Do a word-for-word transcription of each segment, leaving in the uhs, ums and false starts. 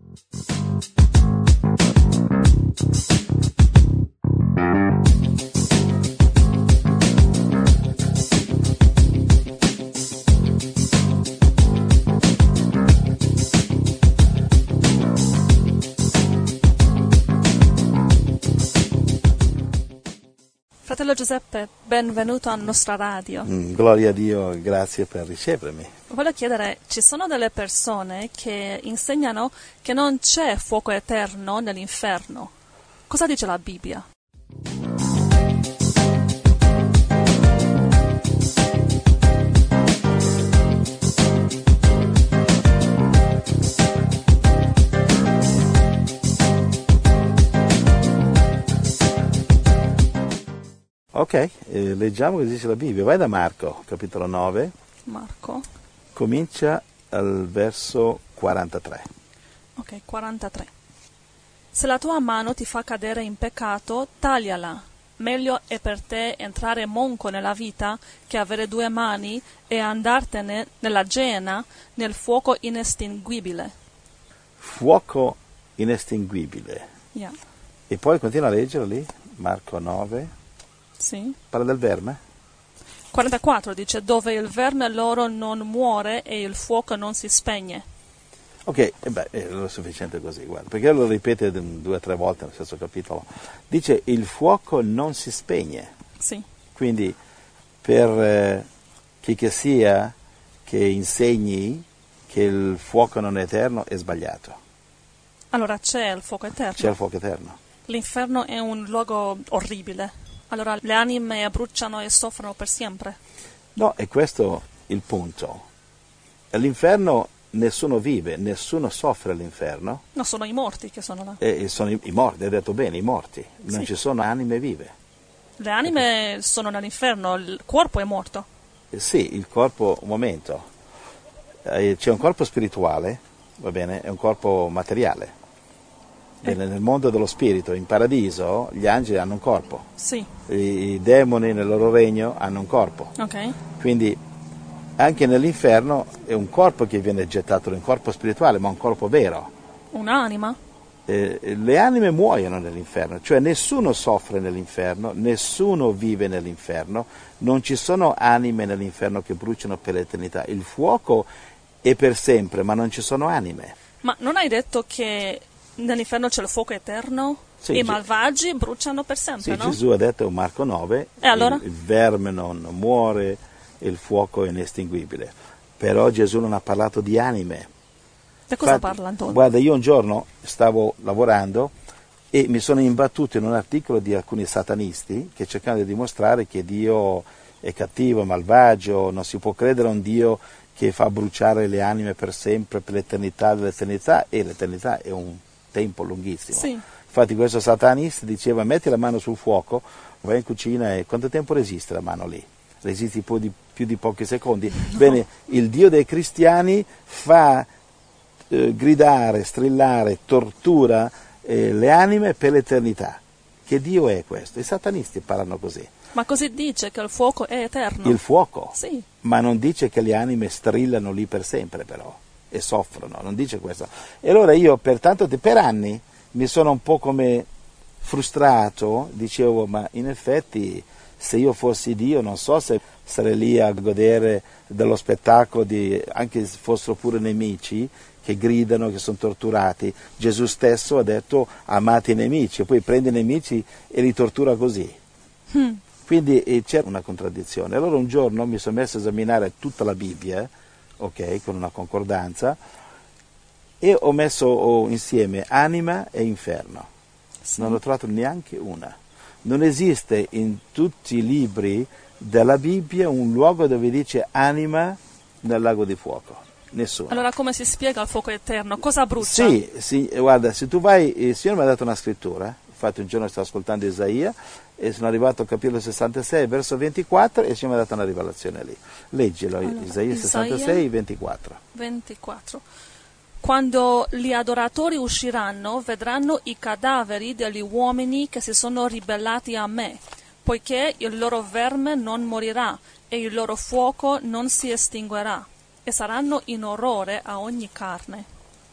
Fratello Giuseppe, benvenuto alla nostra radio. Mm, gloria a Dio, grazie per ricevermi. Voglio chiedere, ci sono delle persone che insegnano che non c'è fuoco eterno nell'inferno. Cosa dice la Bibbia? Ok, eh, leggiamo cosa dice la Bibbia. Vai da Marco, capitolo nove. Marco. Comincia al verso quarantatré. Ok, quarantatré. Se la tua mano ti fa cadere in peccato, tagliala. Meglio è per te entrare monco nella vita che avere due mani e andartene nella Gehenna, nel fuoco inestinguibile. Fuoco inestinguibile. Yeah. E poi continua a leggere lì, Marco nove. Sì. Parla del verme? quarantaquattro dice, dove il verme loro non muore e il fuoco non si spegne. Ok, eh beh, è sufficiente così, guarda, perché lo ripete due o tre volte nello stesso capitolo. Dice, il fuoco non si spegne. Sì. Quindi, per eh, chi che sia che insegni che il fuoco non è eterno, è sbagliato. Allora c'è il fuoco eterno. C'è il fuoco eterno. L'inferno è un luogo orribile. Allora le anime bruciano e soffrono per sempre. No, è questo il punto. All'inferno nessuno vive, nessuno soffre all'inferno. No, sono i morti che sono là. E sono i, i morti, hai detto bene, i morti. Non Sì. ci sono anime vive. Le anime ecco. Sono nell'inferno, il corpo è morto. Eh, sì, il corpo, un momento. Eh, c'è un corpo spirituale, va bene, e un corpo materiale. Bene, nel mondo dello spirito, in paradiso, gli angeli hanno un corpo. Sì. I, i demoni nel loro regno hanno un corpo. Ok. Quindi anche nell'inferno è un corpo che viene gettato, un corpo spirituale, ma un corpo vero. Un'anima? Eh, le anime muoiono nell'inferno, cioè nessuno soffre nell'inferno, nessuno vive nell'inferno, non ci sono anime nell'inferno che bruciano per l'eternità. Il fuoco è per sempre, ma non ci sono anime. Ma non hai detto che nell'inferno c'è il fuoco eterno? Sì, e i Ge- malvagi bruciano per sempre, sì, no? Gesù ha detto in Marco nove, E allora? il, il verme non muore, il fuoco è inestinguibile. Però Gesù non ha parlato di anime. Di cosa Infatti, parla Antonio? Guarda, io un giorno stavo lavorando e mi sono imbattuto in un articolo di alcuni satanisti che cercano di dimostrare che Dio è cattivo, malvagio, non si può credere a un Dio che fa bruciare le anime per sempre, per l'eternità dell'eternità, e l'eternità è un tempo lunghissimo. Sì. Infatti questo satanista diceva metti la mano sul fuoco, vai in cucina e quanto tempo resiste la mano lì? Resiste più di, più di pochi secondi. No. Bene, il Dio dei cristiani fa eh, gridare, strillare, tortura eh, le anime per l'eternità. Che Dio è questo? I satanisti parlano così. Ma così dice che il fuoco è eterno? Il fuoco? Sì. Ma non dice che le anime strillano lì per sempre però e soffrono, non dice questo. E allora io per tanto te- per anni mi sono un po' come frustrato, dicevo ma in effetti se io fossi Dio non so se sarei lì a godere dello spettacolo di, anche se fossero pure nemici che gridano, che sono torturati. Gesù stesso ha detto amate i nemici, e poi prende i nemici e li tortura così. Hmm. Quindi eh, c'è una contraddizione. Allora un giorno mi sono messo a esaminare tutta la Bibbia, ok, con una concordanza, e ho messo oh, insieme anima e inferno. Sì. Non ho trovato neanche una. Non esiste in tutti i libri della Bibbia un luogo dove dice anima nel lago di fuoco. Nessuno. Allora come si spiega il fuoco eterno? Cosa brucia? Sì, sì, guarda, se tu vai, il Signore mi ha dato una scrittura, infatti un giorno stavo ascoltando Isaia e sono arrivato al capitolo sessantasei, verso ventiquattro, e il Signore mi ha dato una rivelazione lì. Leggilo, allora, Isaia sessantasei, ventiquattro. ventiquattro. Quando gli adoratori usciranno, vedranno i cadaveri degli uomini che si sono ribellati a me, poiché il loro verme non morirà e il loro fuoco non si estinguerà, e saranno in orrore a ogni carne.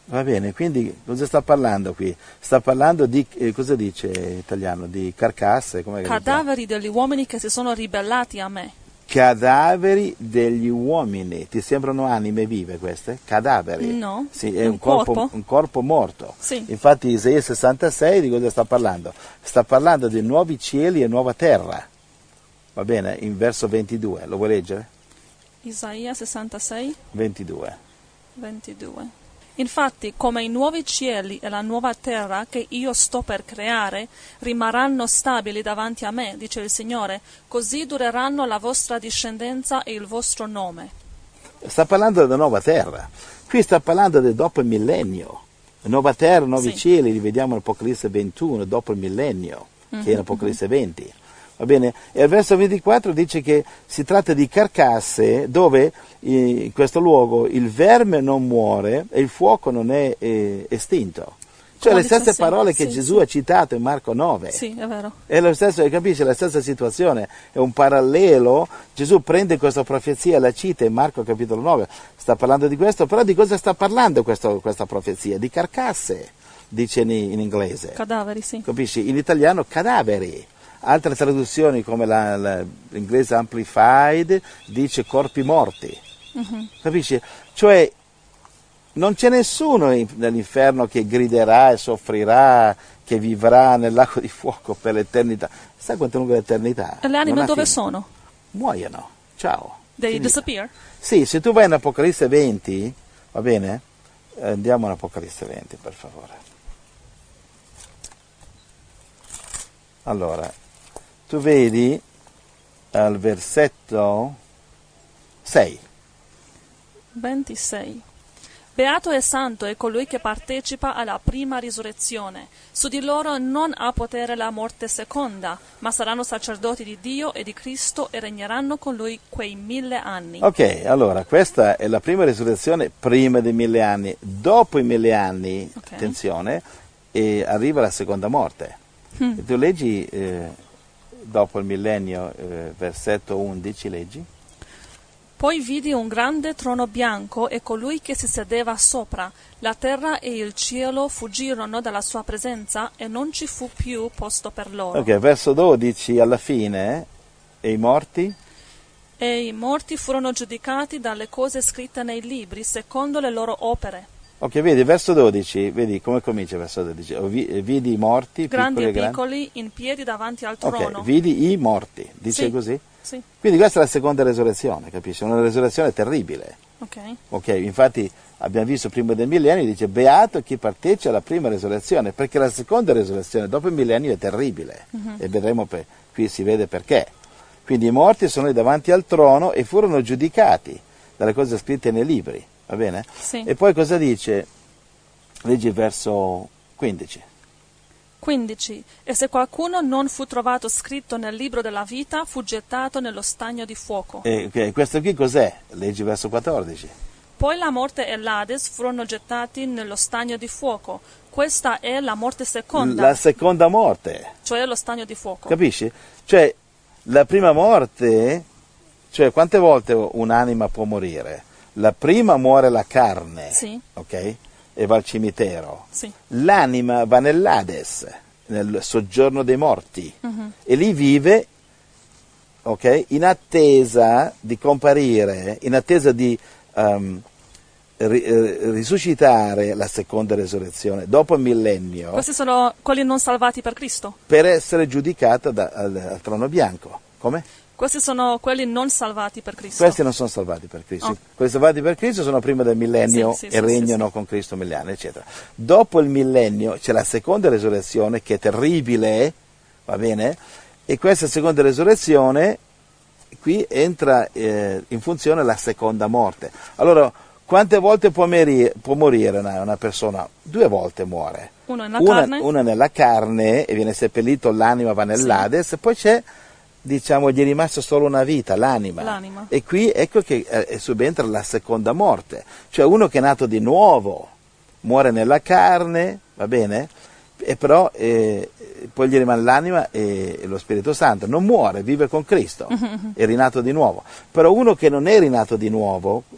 Va bene, quindi cosa sta parlando qui? Sta parlando di, eh, cosa dice in italiano? Di carcasse? Com'è che Cadaveri degli uomini che si sono ribellati a me. Cadaveri degli uomini. Ti sembrano anime vive queste? Cadaveri? No, Sì, è un un corpo, corpo. un corpo morto. Sì. Infatti Isaia sessantasei di cosa sta parlando? Sta parlando di nuovi cieli e nuova terra. Va bene? In verso ventidue. Lo vuoi leggere? Isaia sessantasei, ventidue. ventidue. Infatti, come i nuovi cieli e la nuova terra che io sto per creare rimarranno stabili davanti a me, dice il Signore, così dureranno la vostra discendenza e il vostro nome. Sta parlando della nuova terra. Qui sta parlando del dopo il millennio. Nuova terra, nuovi Sì. cieli, li vediamo in Apocalisse ventuno, dopo il millennio, Mm-hmm. che è in Apocalisse venti. Va bene? E il verso ventiquattro dice che si tratta di carcasse dove in questo luogo il verme non muore e il fuoco non è eh, estinto. Cioè Come le stesse dice, sì, parole che sì, Gesù sì. ha citato in Marco nove. Sì, è vero. È lo stesso, capisci? La stessa situazione, è un parallelo. Gesù prende questa profezia, la cita in Marco capitolo nove, sta parlando di questo, però di cosa sta parlando questo, questa profezia? Di carcasse, dice in, in inglese. Cadaveri, sì. Capisci? In italiano cadaveri. Altre traduzioni come la, la, l'inglese Amplified dice corpi morti. Mm-hmm. Capisci? Cioè non c'è nessuno in, nell'inferno che griderà e soffrirà, che vivrà nel lago di fuoco per l'eternità. Sai quanto è lunga l'eternità? E le anime Non ha dove fine. sono? Muoiono. Ciao. They Finita. disappear? Sì, se tu vai in Apocalisse venti, va bene? Eh, Andiamo in Apocalisse venti, per favore. Allora, tu vedi al versetto sei. ventisei. Beato e santo è colui che partecipa alla prima risurrezione. Su di loro non ha potere la morte seconda, ma saranno sacerdoti di Dio e di Cristo e regneranno con lui quei mille anni. Ok, allora, questa è la prima risurrezione prima dei mille anni. Dopo i mille anni, Ok. attenzione, e arriva la seconda morte. Mm. E tu leggi eh, dopo il millennio, eh, versetto undici, leggi? Poi vidi un grande trono bianco e colui che si sedeva sopra. La terra e il cielo fuggirono dalla sua presenza e non ci fu più posto per loro. Ok, verso dodici, alla fine, e i morti? E i morti furono giudicati dalle cose scritte nei libri secondo le loro opere. Ok, vedi, verso dodici, vedi come comincia verso dodici? O vi- Vidi i morti, Grandi piccoli e e grandi. piccoli, in piedi davanti al trono. Ok, vidi i morti, dice Sì. così? Sì, Quindi questa è la seconda resurrezione, capisci? Una resurrezione terribile. ok. Ok, infatti abbiamo visto prima del millennio, dice beato chi partecipa alla prima resurrezione, perché la seconda resurrezione dopo il millennio è terribile. Mhm. E vedremo, per, qui si vede perché. Quindi i morti sono lì davanti al trono e furono giudicati dalle cose scritte nei libri, va bene? Sì. E poi cosa dice? Leggi il verso quindici. quindici. E se qualcuno non fu trovato scritto nel libro della vita, fu gettato nello stagno di fuoco. E ok, questo qui cos'è? Leggi il verso quattordici. Poi la morte e l'Ades furono gettati nello stagno di fuoco. Questa è la morte seconda, La seconda morte. cioè lo stagno di fuoco. Capisci? Cioè, la prima morte, cioè quante volte un'anima può morire? La prima muore la carne, Sì. ok? E va al cimitero. Sì. L'anima va nell'Hades, nel soggiorno dei morti, Mhm. e lì vive, ok? In attesa di comparire, in attesa di um, ri- eh, risuscitare la seconda resurrezione, dopo il millennio, Questi sono quelli non salvati per Cristo. per essere giudicata da- al, al trono bianco. Come? Questi sono quelli non salvati per Cristo. Questi non sono salvati per Cristo. Oh. Quelli salvati per Cristo sono prima del millennio Sì, sì, e sì, regnano sì, con Cristo mille anni, eccetera. Dopo il millennio c'è la seconda resurrezione che è terribile, va bene? E questa seconda resurrezione, qui entra eh, in funzione la seconda morte. Allora, quante volte può, meri- può morire una, una persona? Due volte muore. Uno nella Una, carne. una nella carne e viene seppellito, l'anima va nell'Hades, e poi c'è, diciamo, gli è rimasta solo una vita, l'anima. L'anima. E qui ecco che eh, subentra la seconda morte, cioè uno che è nato di nuovo, muore nella carne, va bene? E però eh, poi gli rimane l'anima e lo Spirito Santo, non muore, vive con Cristo, è rinato di nuovo. Però uno che non è rinato di nuovo,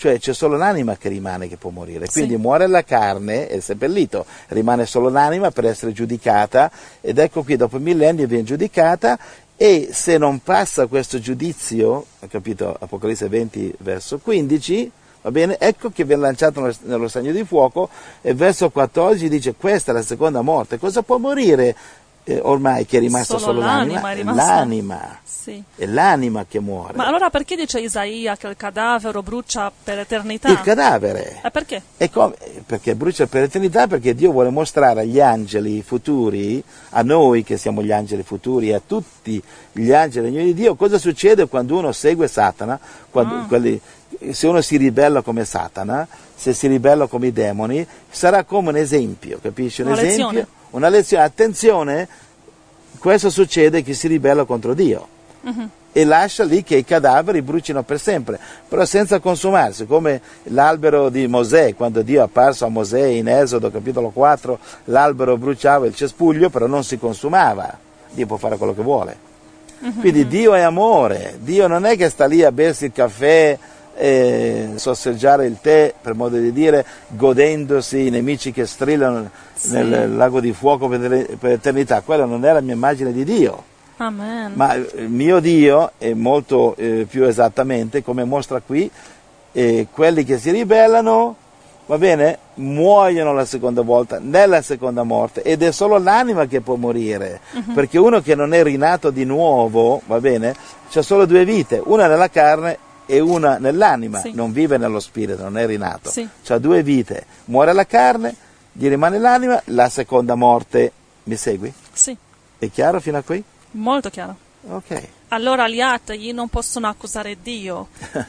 cioè c'è solo l'anima che rimane, che può morire, quindi Sì. muore la carne, è seppellito, rimane solo l'anima per essere giudicata, ed ecco qui dopo millenni viene giudicata, e se non passa questo giudizio, capito, Apocalisse venti verso quindici, va bene, ecco che viene lanciato nello, nello stagno di fuoco, e verso quattordici dice questa è la seconda morte. Cosa può morire eh, ormai che è rimasta Solo solo l'anima l'anima? è rimasta. L'anima, Sì. è l'anima che muore. Ma allora perché dice Isaia che il cadavere brucia per eternità? Il cadavere. E perché? È come, perché brucia per eternità, perché Dio vuole mostrare agli angeli futuri, a noi che siamo gli angeli futuri, a tutti gli angeli di Dio, cosa succede quando uno segue Satana, quando, Ah. quelli, se uno si ribella come Satana, se si ribella come i demoni, sarà come un esempio, capisci? Un Una esempio, lezione. una lezione. Attenzione, questo succede a chi si ribella contro Dio. Mhm. E lascia lì che i cadaveri brucino per sempre, però senza consumarsi, come l'albero di Mosè, quando Dio è apparso a Mosè in Esodo capitolo quattro, l'albero bruciava il cespuglio, però non si consumava. Dio può fare quello che vuole. Quindi Dio è amore, Dio non è che sta lì a bersi il caffè, e sorseggiare il tè, per modo di dire, godendosi i nemici che strillano Sì. nel lago di fuoco per, per eternità. Quella non è la mia immagine di Dio. Amen. Ma il mio Dio è molto eh, più esattamente, come mostra qui, eh, quelli che si ribellano, va bene, muoiono la seconda volta, nella seconda morte, ed è solo l'anima che può morire, Mhm. perché uno che non è rinato di nuovo, va bene, c'ha solo due vite, una nella carne e una nell'anima, Sì. non vive nello spirito, non è rinato, Sì. c'ha due vite, muore la carne, gli rimane l'anima, la seconda morte, mi segui? Sì, È chiaro fino a qui? molto chiaro. Ok. Allora gli atei non possono accusare Dio.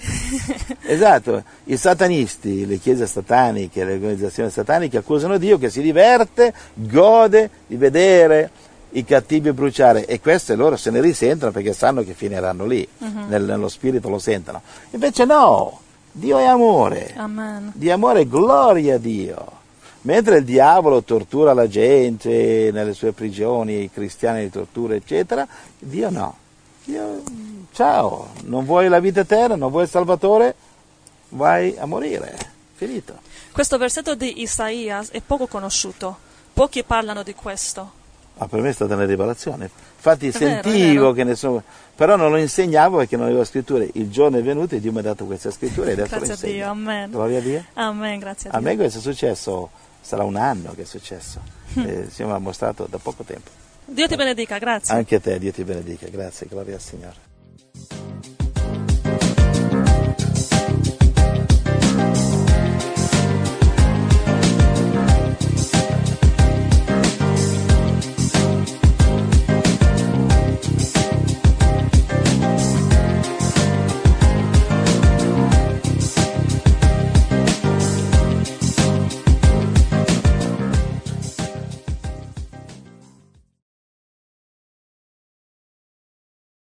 Esatto, i satanisti, le chiese sataniche, le organizzazioni sataniche accusano Dio che si diverte, gode di vedere i cattivi bruciare, e queste loro se ne risentono perché sanno che finiranno lì, Mhm. nel- nello spirito lo sentono. Invece no, Dio è amore, Amen. di amore gloria a Dio. Mentre il diavolo tortura la gente nelle sue prigioni, i cristiani li tortura, eccetera, Dio no. Dio, ciao, non vuoi la vita eterna, non vuoi il Salvatore, vai a morire. Finito. Questo versetto di Isaia è poco conosciuto. Pochi parlano di questo. Ma per me è stata una rivelazione. Infatti È vero, è sentivo vero. che nessuno... Però non lo insegnavo perché non avevo scritture. Il giorno è venuto e Dio mi ha dato questa scrittura e adesso Grazie lo a insegno. Dio, amen. Gloria a Dio. Amen, grazie a A Dio. me questo è successo, sarà un anno che è successo. Eh, il Signore mi ha mostrato da poco tempo. Dio ti benedica, grazie. Anche a te, Dio ti benedica. Grazie, gloria al Signore.